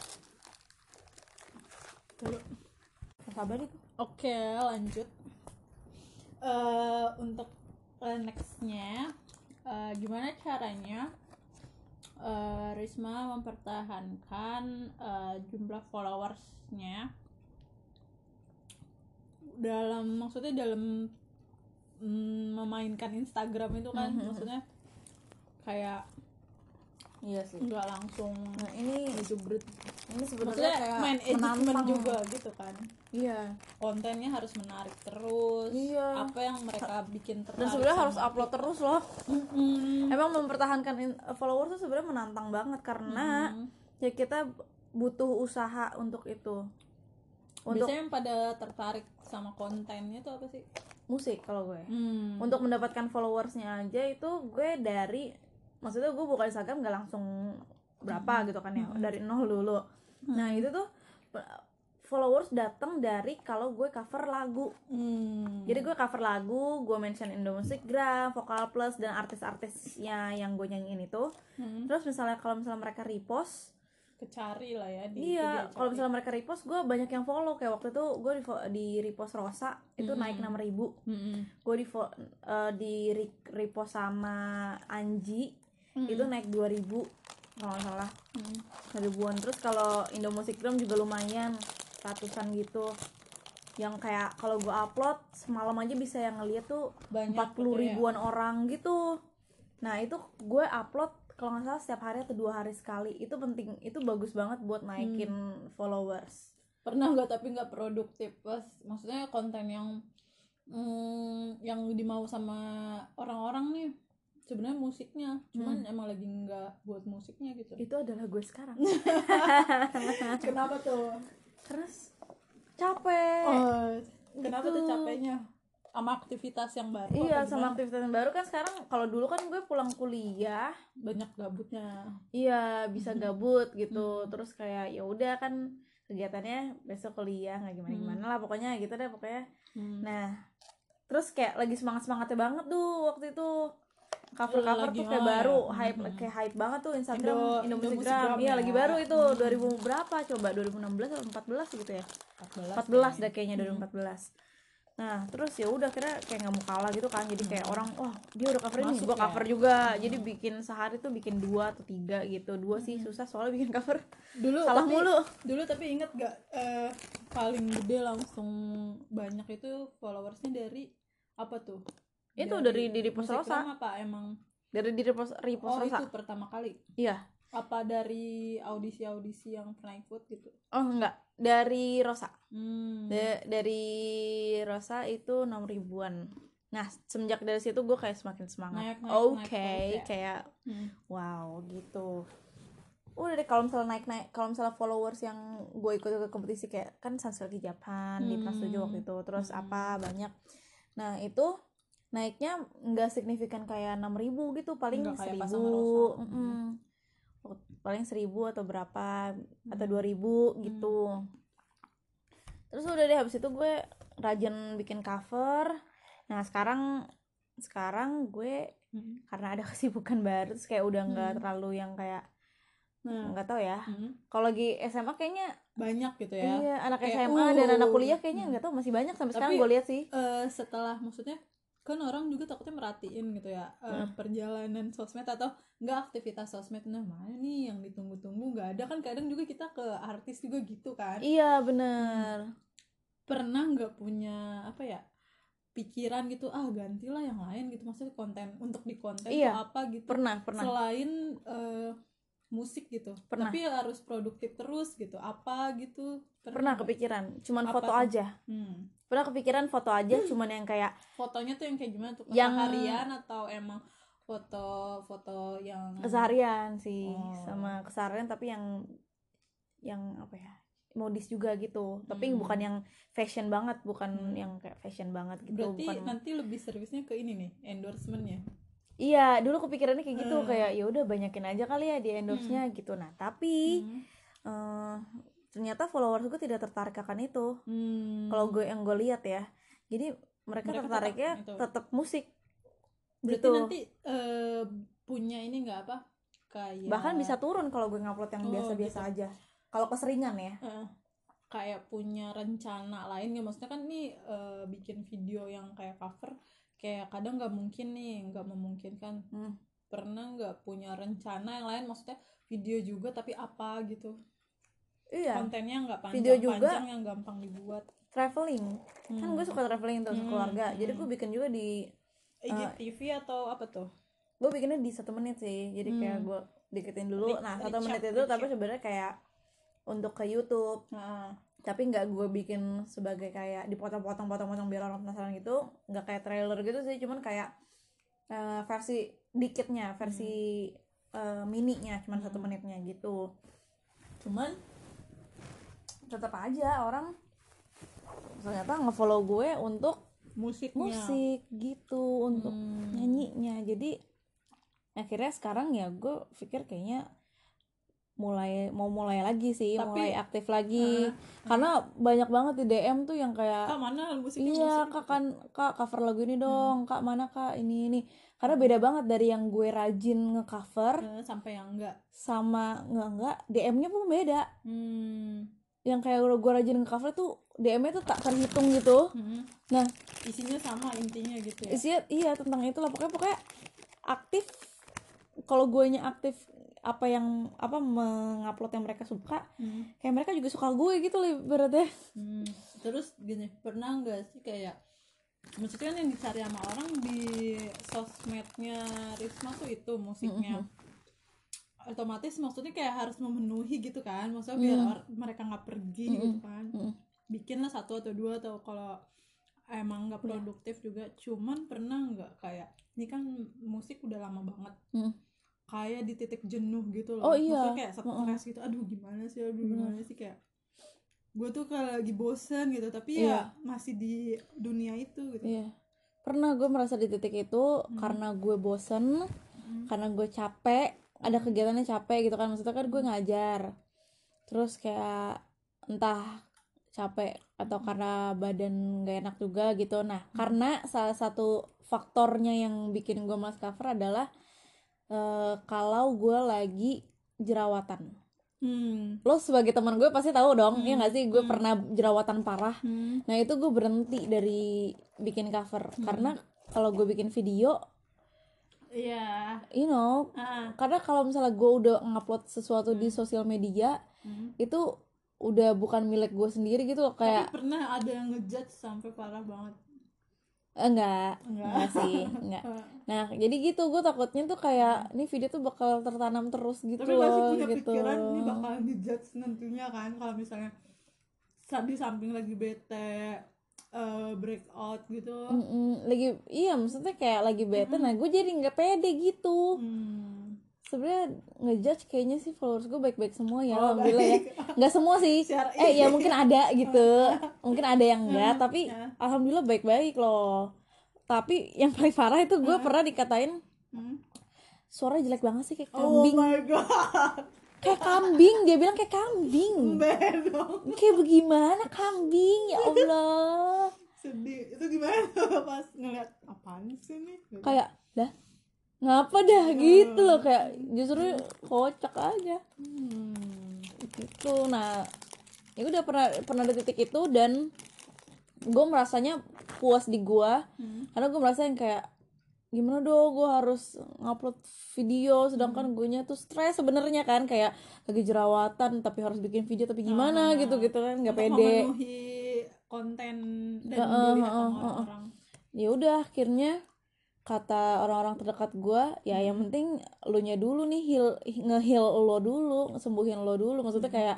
Lalu Sabar itu. Oke, lanjut. Uh, untuk uh, nextnya, uh, gimana caranya uh, Risma mempertahankan uh, jumlah followersnya dalam, maksudnya dalam mm, memainkan Instagram itu kan, Mm-hmm. maksudnya kayak Iya sih. nggak langsung Nah ini jebret. ini sebenarnya Maksudnya kayak main engagement menantang juga gitu kan. Iya. Kontennya harus menarik terus. Iya. Apa yang mereka bikin tertarik. Dan sebenarnya sama harus upload kita. terus loh. Mm-mm. Emang mempertahankan in- followers tuh sebenarnya menantang banget karena Mm-mm. ya kita butuh usaha untuk itu. Untuk Biasanya yang pada tertarik sama kontennya tuh apa sih? musik kalau gue. Hmm. Untuk mendapatkan followersnya aja itu gue dari, maksudnya gue buka Instagram gak langsung berapa gitu kan ya, dari nol dulu. Nah itu tuh followers datang dari kalau gue cover lagu. Hmm. Jadi gue cover lagu, gue mention Indo Musikgram, Vokal Plus dan artis-artisnya yang gue nyanyiin itu. Hmm. Terus misalnya kalau misalnya mereka repost, Kecari lah ya di iya, video kalau cari. misalnya mereka repost, gue banyak yang follow. Kayak waktu itu gue di, di repost Rosa itu Hmm. naik enam ribu. Mm-mm. Gue di fo- uh, di re- repost sama Anji Mm-mm. itu naik dua ribu kalau nggak salah, Hmm. ribuan. Terus kalau Indo Musikgram juga lumayan ratusan gitu. Yang kayak kalau gue upload semalam aja bisa yang ngeliat tuh Banyak empat puluh gitu ya. ribuan orang gitu. Nah itu gue upload kalau nggak salah setiap hari atau dua hari sekali. Itu penting, itu bagus banget buat naikin Hmm. followers. Pernah nggak tapi nggak produktif pas, maksudnya konten yang mm, yang dimau sama orang-orang nih sebenarnya musiknya, cuman emang lagi nggak buat musiknya gitu. Itu adalah gue sekarang. Kenapa tuh? Karena s- capek. Oh, kenapa gitu. tuh capeknya? Sama aktivitas yang baru? Iya, apa sama gimana? aktivitas yang baru kan sekarang. Kalau dulu kan gue pulang kuliah, Banyak gabutnya. iya bisa gabut gitu. Terus kayak ya udah kan kegiatannya besok kuliah nggak gimana gimana lah pokoknya gitu deh pokoknya. Hmm. Nah terus kayak lagi semangat semangatnya banget tuh waktu itu cover cover Lagi tuh kayak mau baru ya? hype, Mhm. kayak hype banget tuh Instagram Indo- Indo, Indo Musikgram. Musikgram Iya ya. lagi baru itu Hmm. dua ribu berapa coba, dua ribu enam belas atau empat belas gitu ya, empat belas empat belas kayaknya. dah kayaknya dua ribu empat belas. Nah terus ya udah kira kayak nggak mau kalah gitu kan, jadi kayak orang wah dia udah cover ini, Masuk gue ya? cover juga. Jadi bikin sehari tuh bikin dua atau tiga gitu, dua sih susah soalnya bikin cover Dulu salah tapi, mulu. Dulu tapi inget gak eh, paling gede langsung banyak itu followersnya dari apa tuh? Itu dari di repost Musikgram Rosa. apa emang? Dari di repost, repost Oh Rosa. itu pertama kali. Iya. Apa dari audisi-audisi yang pernah ikut gitu? Oh enggak, dari Rosa. Hmm. Da- dari Rosa itu enam ribuan. Nah semenjak dari situ gue kayak semakin semangat. Naik, naik, Oke, naik terus ya? kayak Hmm. wow gitu. Udah deh kalau misalnya naik naik, kalau misalnya followers yang gue ikut ikut kompetisi kayak kan Sanskrit Japan di Trans tujuh waktu itu, terus Hmm. apa banyak. Nah itu naiknya nggak signifikan kayak enam ribu gitu, paling Nggak kayak pas sama seribu, Rosa. mm-mm. paling seribu atau berapa atau dua ribu gitu. Terus udah deh habis itu gue rajin bikin cover. Nah sekarang sekarang gue Hmm. karena ada kesibukan baru terus kayak udah nggak Hmm. terlalu yang kayak Nah, nggak tahu ya. hmm. Kalau lagi S M A kayaknya banyak gitu ya. iya anak Kayak, S M A dan uh, anak kuliah kayaknya nggak tahu masih banyak sampai Tapi, sekarang gue lihat sih. Eh, setelah maksudnya kan orang juga takutnya merhatiin gitu ya eh, perjalanan sosmed atau enggak aktivitas sosmed, nah mana nih yang ditunggu-tunggu nggak ada kan, kadang juga kita ke artis juga gitu kan. Iya bener. pernah nggak punya apa ya pikiran gitu, ah gantilah yang lain gitu, maksudnya konten untuk di konten Iya, tuh apa gitu, pernah pernah selain uh, musik gitu, Pernah. tapi harus produktif terus gitu, apa gitu pernah nggak? kepikiran cuman Apa foto tuh? aja Hmm. pernah kepikiran foto aja cuman yang kayak Fotonya tuh yang kayak gimana tuh, Yang- keseharian atau emang foto-foto yang keseharian sih, Oh. sama keseharian tapi yang yang apa ya, modis juga gitu, tapi Hmm. bukan yang fashion banget, bukan Hmm. yang kayak fashion banget gitu. berarti bukan nanti lebih servisnya ke ini nih, endorsementnya. Iya, dulu kepikirannya kayak gitu, Hmm. kayak ya udah banyakin aja kali ya di endorse-nya gitu. Nah, tapi Hmm. eh, ternyata followers gue tidak tertarik akan itu. Hmm. Kalau gue yang gue lihat ya, jadi mereka, Mereka tertariknya tetap itu. tetap musik. Berarti gitu. nanti eh, punya ini nggak apa kayak Bahkan bisa turun kalau gue ngupload yang Oh, biasa-biasa gitu. aja. Kalau keseringan ya. eh, kayak punya rencana lain nggak, maksudnya kan nih eh, bikin video yang kayak cover kayak kadang nggak mungkin nih, nggak memungkinkan. Hmm. Pernah nggak punya rencana yang lain, maksudnya video juga tapi apa gitu, Iya. kontennya nggak Video panjang-panjang, juga. yang gampang dibuat. Traveling. Kan Hmm. gue suka traveling tuh Hmm, keluarga. hmm. Jadi gue bikin juga di I G T V atau apa tuh? gue bikinnya di satu menit sih. Jadi kayak Hmm. gue diketin dulu. Re- Nah, satu recap, menit itu recap. tapi sebenarnya kayak untuk ke YouTube. Nah, Tapi nggak gue bikin sebagai kayak dipotong-potong-potong-potong biar orang penasaran gitu. Nggak kayak trailer gitu sih. Cuman kayak uh, versi dikitnya, versi uh, mininya, cuman satu menitnya gitu. Cuman tetap aja orang ternyata ngefollow gue untuk musiknya. musik gitu, untuk Hmm. nyanyinya. Jadi akhirnya sekarang ya gue pikir kayaknya mulai mau mulai lagi sih, Tapi- mulai aktif lagi. Ah, Karena banyak banget di D M tuh yang kayak Kak mana musiknya? iya musik kak kan kak cover lagu ini dong, kak mana kak ini ini. Karena Hmm. beda banget dari yang gue rajin ngecover Eh, sampai yang enggak. sama enggak enggak D M-nya pun beda. Hmm. Yang kayak gue rajin ngecover tuh D M-nya tuh tak terhitung gitu. Hmm. Nah Isinya sama intinya gitu ya. isinya iya tentang itu lah, pokoknya pokoknya aktif. Kalau guenya aktif apa yang apa mengupload yang mereka suka, Hmm. kayak mereka juga suka gue gitu loh ibaratnya. Hmm. Terus gini, pernah nggak sih kayak maksudnya kan yang dicari sama orang di sosmednya Risma tuh itu musiknya. Otomatis maksudnya kayak harus memenuhi gitu kan, maksudnya biar or- mereka nggak pergi gitu kan. Bikinlah satu atau dua, atau kalau emang nggak produktif juga. Cuman pernah nggak kayak ini kan musik udah lama banget, Mm. kayak di titik jenuh gitu Oh, loh. iya. Maksudnya kayak stres gitu, aduh gimana sih, aduh gimana sih, kayak gue tuh kayak lagi bosen gitu, tapi Iya. ya masih di dunia itu gitu. Iya. Pernah gue merasa di titik itu karena gue bosen, karena gue capek, ada kegiatannya capek gitu kan. Maksudnya kan gue ngajar. Terus kayak entah capek atau karena badan gak enak juga gitu. Nah, karena salah satu faktornya yang bikin gue malas cover adalah eh, kalau gue lagi jerawatan. Hmm. Lo sebagai teman gue pasti tahu dong, ya nggak sih, gue pernah jerawatan parah. Hmm. Nah itu gue berhenti dari bikin cover karena kalau gue bikin video, Iya. you know, Ah. karena kalau misalnya gue udah ngupload sesuatu di sosial media, Hmm. itu udah bukan milik gue sendiri gitu loh, kayak Tapi pernah ada yang ngejudge sampai parah banget. eh, enggak, Enggak. enggak sih, enggak. Nah jadi gitu, gue takutnya tuh kayak ini video tuh bakal tertanam terus gitu Tapi masih loh, punya gitu. pikiran ini bakalan dijudge nantinya kan, kalau misalnya sa- di samping lagi bete, eh, breakout gitu. Mm-mm, lagi iya maksudnya kayak lagi bete, nah gue jadi nggak pede gitu. Hmm. Sebenarnya ngejudge kayaknya sih followers gue baik-baik semua ya, Oh, alhamdulillah ya. baik. Nggak semua sih, Secara- eh ya mungkin ada gitu, mungkin ada yang enggak, tapi Ya. alhamdulillah baik-baik loh. Tapi yang paling parah itu gue pernah dikatain Hmm. suara jelek banget sih, kayak Oh kambing, my god. kayak kambing, dia bilang kayak kambing, Mbak dong. kayak bagaimana kambing, ya Allah. Sedih. Itu gimana pas ngeliat apaan sih nih? Kayak dah ngapa dah gitu loh, kayak justru kocak aja Hmm. gitu. Nah ya udah pernah pernah di titik itu dan gue merasanya puas di gue, Hmm. karena gue merasa yang kayak gimana dong gue harus ngupload video sedangkan gue nya tuh stres sebenarnya kan, kayak lagi jerawatan tapi harus bikin video, tapi gimana Ah. gitu gitu kan, nggak Untuk pede. memenuhi konten dan Uh, uh, dilihat uh, sama uh, uh. orang-orang. Ya udah akhirnya kata orang-orang terdekat gue, ya yang penting lu nya dulu nih heal, nge-heal lo dulu, sembuhin lo dulu. Maksudnya kayak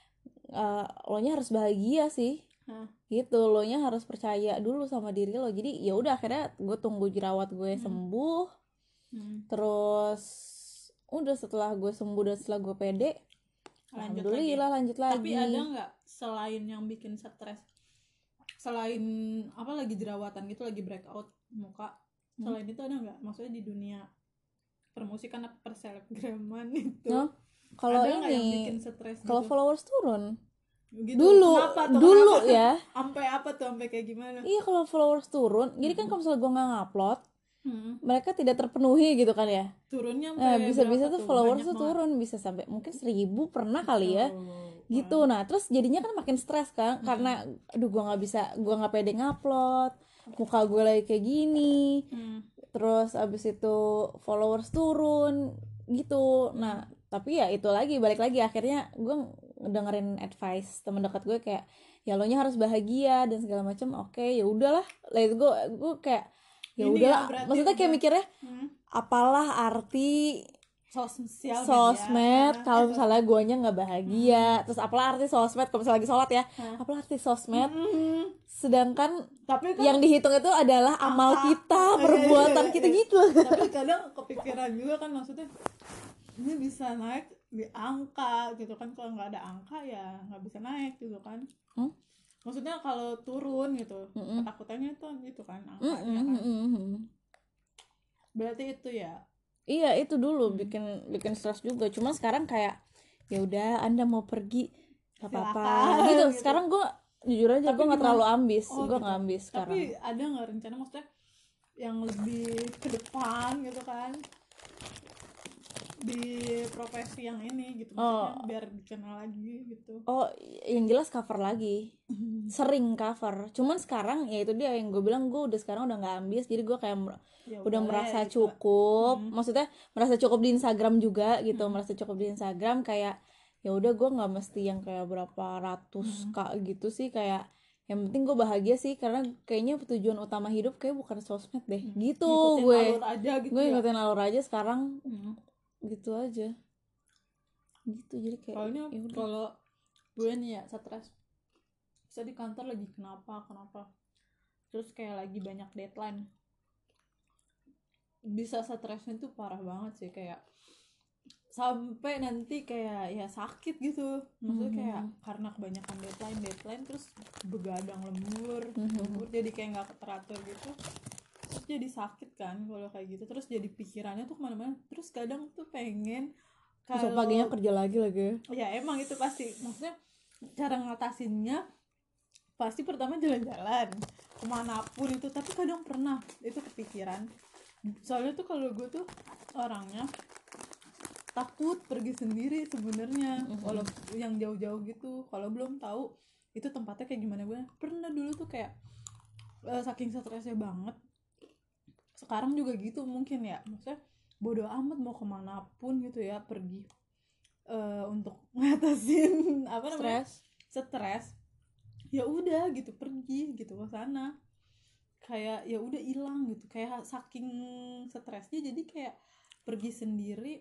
uh, lo nya harus bahagia sih. Hah. Gitu, lo nya harus percaya dulu sama diri lo. Jadi ya udah akhirnya gue tunggu jerawat gue sembuh. Hmm. Terus udah setelah gue sembuh dan setelah gue pede, Lanjut alhamdulillah lagi. lanjut lagi. Tapi ada nggak selain yang bikin stres, selain apa lagi jerawatan gitu, lagi breakout muka, selain itu ada nggak, maksudnya di dunia permusikan atau perselebgraman itu, No? Kalau ada nggak yang ini bikin stres kalau gitu? followers turun Gitu. dulu Kenapa tuh? dulu Kenapa? ya. Sampai apa tuh, sampai kayak gimana? Iya, kalau followers turun, jadi kan kalau misalnya gue nggak ngupload, Hmm. mereka tidak terpenuhi gitu kan ya. Turunnya Nah, sampai bisa-bisa berapa tuh followers Banyak tuh banget. turun, bisa sampai mungkin seribu pernah kali ya. Oh, Gitu. Nah, terus jadinya kan makin stres kan, karena aduh gue nggak bisa, gue nggak pede ngupload, muka gue lagi kayak gini. Hmm. Terus abis itu followers turun gitu. Nah, tapi ya itu lagi, balik lagi akhirnya gue dengerin advice teman dekat gue kayak, ya lo nya harus bahagia dan segala macam. Oke, ya udahlah, let go. Gue kayak ya Ini udahlah. ya berarti Maksudnya kayak udah- mikirnya Hmm. apalah arti Sosial media. sosmed Ah, kalau eh, misalnya guanya nggak bahagia. Terus apalah arti sosmed kalau misalnya lagi sholat ya. Apalah arti sosmed. Hmm. Sedangkan Tapi kan yang dihitung itu adalah amal Angka. kita, Iya, iya, perbuatan iya, kita iya. gitu. Tapi kadang kepikiran juga kan, maksudnya ini bisa naik di angka gitu kan, kalau nggak ada angka ya nggak bisa naik gitu kan. Hmm? Maksudnya kalau turun gitu, Mm-mm. ketakutannya tuh gitu kan, angkanya kan. Mm-mm. Berarti itu ya. Iya, itu dulu bikin bikin stres juga. Cuma sekarang kayak ya udah, Anda mau pergi gak apa-apa Silakan, gitu. gitu. Sekarang gue jujur aja, Tapi gue nggak gimana? terlalu ambis. Oh, Gue gitu. nggak ambis sekarang. Tapi ada nggak rencana, maksudnya yang lebih ke depan gitu kan, di profesi yang ini gitu, maksudnya Oh. biar dikenal lagi gitu. Oh, yang jelas cover lagi. Sering cover. Cuman sekarang ya itu dia yang gue bilang, gue udah sekarang udah nggak ambis. Jadi gue kayak mer- Ya udah boleh, merasa gitu. cukup. Maksudnya merasa cukup di Instagram juga gitu. Merasa cukup di Instagram kayak ya udah, gue nggak mesti yang kayak berapa ratus kak gitu sih. Kayak yang penting gue bahagia sih, karena kayaknya tujuan utama hidup kayak bukan sosmed deh. Gitu Ngikutin gue. alur aja gitu Gue ya. ngikutin alur aja sekarang, Hmm. gitu aja. Gitu, jadi kayak Soalnya ya udah. kalau gue nih ya stres, bisa di kantor lagi kenapa kenapa, terus kayak lagi banyak deadline, bisa stresnya tuh parah banget sih, kayak sampai nanti kayak ya sakit gitu, maksudnya kayak karena kebanyakan deadline deadline terus begadang lembur, lembur jadi kayak nggak teratur gitu, terus jadi sakit kan kalau kayak gitu, terus jadi pikirannya tuh kemana-mana, terus kadang tuh pengen Besok kalau paginya kerja lagi lagi. ya emang itu pasti, maksudnya cara ngatasinnya pasti pertama jalan-jalan kemanapun itu, tapi kadang pernah itu kepikiran, soalnya tuh kalau gue tuh orangnya takut pergi sendiri sebenarnya, kalau yang jauh-jauh gitu, kalau belum tahu itu tempatnya kayak gimana. Gue pernah dulu tuh kayak uh, saking stresnya banget, sekarang juga gitu mungkin ya, maksudnya bodoh amat mau kemanapun gitu ya, pergi uh, untuk ngatasin apa namanya Stres. stres, ya udah gitu pergi gitu ke sana, kayak ya udah hilang gitu, kayak saking stresnya jadi kayak pergi sendiri,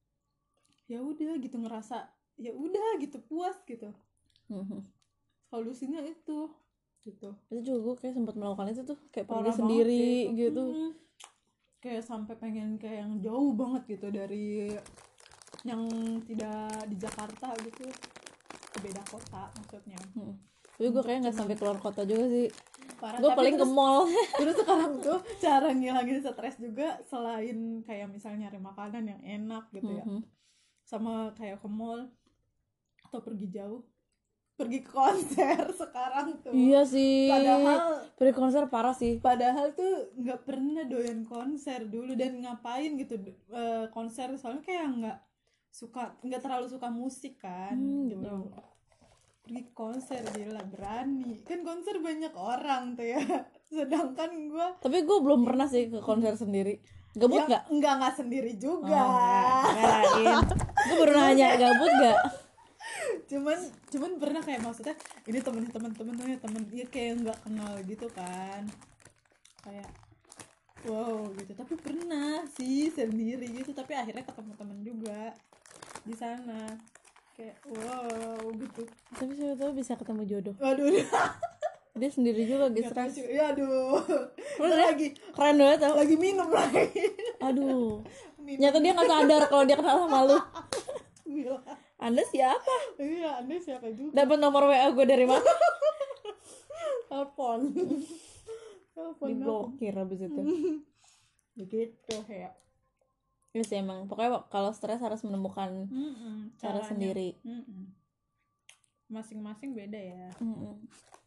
ya udah gitu ngerasa ya udah gitu puas gitu. Mhm. Solusinya itu gitu. Itu juga gue kayak sempat melakukan itu tuh, kayak Parah pergi banget sendiri sih itu. gitu. Hmm. Kayak sampai pengen kayak yang jauh banget gitu dari yang tidak di Jakarta gitu, ke beda kota maksudnya. Hmm. Tapi gue kayak nggak sampai keluar kota juga sih. Parah, Gue tapi paling ke terus- mall. Terus sekarang tuh cara ngilangin stres juga selain kayak misalnya nyari makanan yang enak gitu ya, Mhm. sama kayak ke mall atau pergi jauh, pergi ke konser sekarang tuh. Iya sih. Padahal pergi konser parah sih. padahal tuh nggak pernah doyan konser dulu, dan ngapain gitu eh, konser, soalnya kayak nggak suka, nggak terlalu suka musik kan. Hmm, gitu. gitu. Pergi konser gila berani, kan konser banyak orang tuh ya. Sedangkan gue Tapi gue belum pernah sih ke konser sendiri. Gabut nggak? ya, enggak enggak sendiri juga. Oh, kirain. Gue baru nanya, gabut nggak? cuman cuman pernah kayak maksudnya ini temen temen temen temen temen dia kayak nggak kenal gitu kan, kayak wow gitu. Tapi pernah sih sendiri gitu, tapi akhirnya ketemu temen juga di sana, kayak wow gitu. Tapi siapa tahu bisa ketemu jodoh. Waduh, Dia sendiri juga lagi nggak tahu stres. sih. Ya aduh, Terus dia lagi keren banget tau. lagi minum lagi. Aduh. Minum. Nyata dia nggak sadar kalau dia kenal sama lu. Gila. Anda siapa? Iya, Anda siapa juga? Dapat nomor W A gue dari mana? Telepon. Telepon. Diblokir abis itu. Begitu ya. Ya sih emang. Pokoknya kalau stres harus menemukan Mm-mm, cara caranya. sendiri. Mm-mm. Masing-masing beda ya. Mm-mm.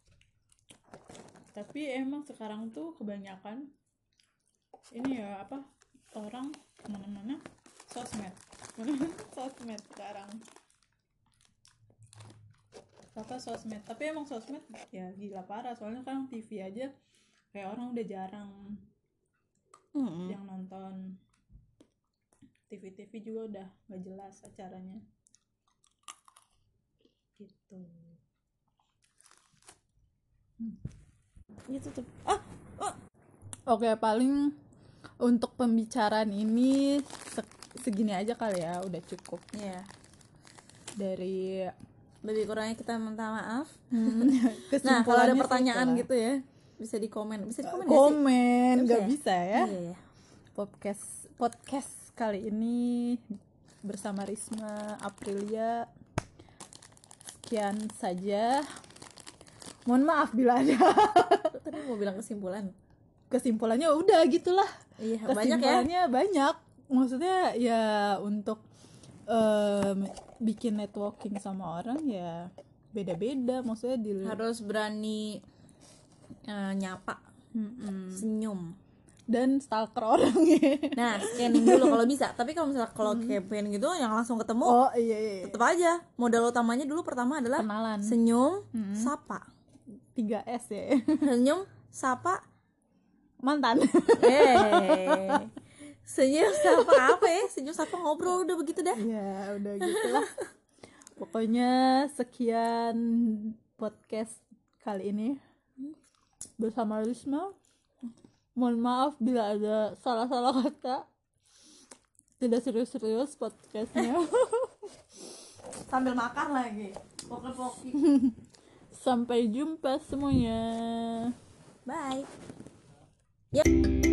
Tapi emang sekarang tuh kebanyakan ini ya apa, orang kemana-mana sosmed. Sosmed sekarang. Apa sosmed? Tapi emang sosmed ya gila parah. Soalnya kan T V aja kayak orang udah jarang Mm-mm. yang nonton. T V-T V juga udah gak jelas acaranya. Gitu. Hmm. Gitu tuh. Ah, Oke, paling untuk pembicaraan ini se- segini aja kali ya, udah cukup ya. dari Lebih kurangnya kita minta maaf. hmm, Nah, kalau ada kesimpulannya sih pertanyaan itulah. gitu ya, bisa di komen. Bisa di komen nggak sih? Komen, Nggak nggak bisa bisa ya. Iya, iya. Podcast podcast kali ini bersama Risma Aprilia. Sekian saja. Mohon maaf bila ada Tadi mau bilang kesimpulan. kesimpulannya udah gitulah. Iya, banyak ya. Kesimpulannya banyak. Maksudnya ya untuk em, bikin networking sama orang ya beda-beda. Maksudnya di Harus berani eh, nyapa, Mm-mm. senyum. dan stalker orangnya. Nah, scanning dulu kalau bisa. Tapi kalau misalnya kalau campaign gitu yang langsung ketemu, Oh iya iya. iya. tetap aja modal utamanya dulu pertama adalah Kenalan. senyum, Mm-mm. sapa. tiga S ya. Senyum, sapa, Mantan. eh. Senyum sapa apa ya? Senyum sapa ngobrol udah begitu dah. Ya udah gitulah. Pokoknya sekian podcast kali ini bersama Risma. Mohon maaf bila ada salah-salah kata. Tidak serius-serius podcastnya. Sambil makan lagi. Poker-poker. Sampai jumpa semuanya. Bye. Yep.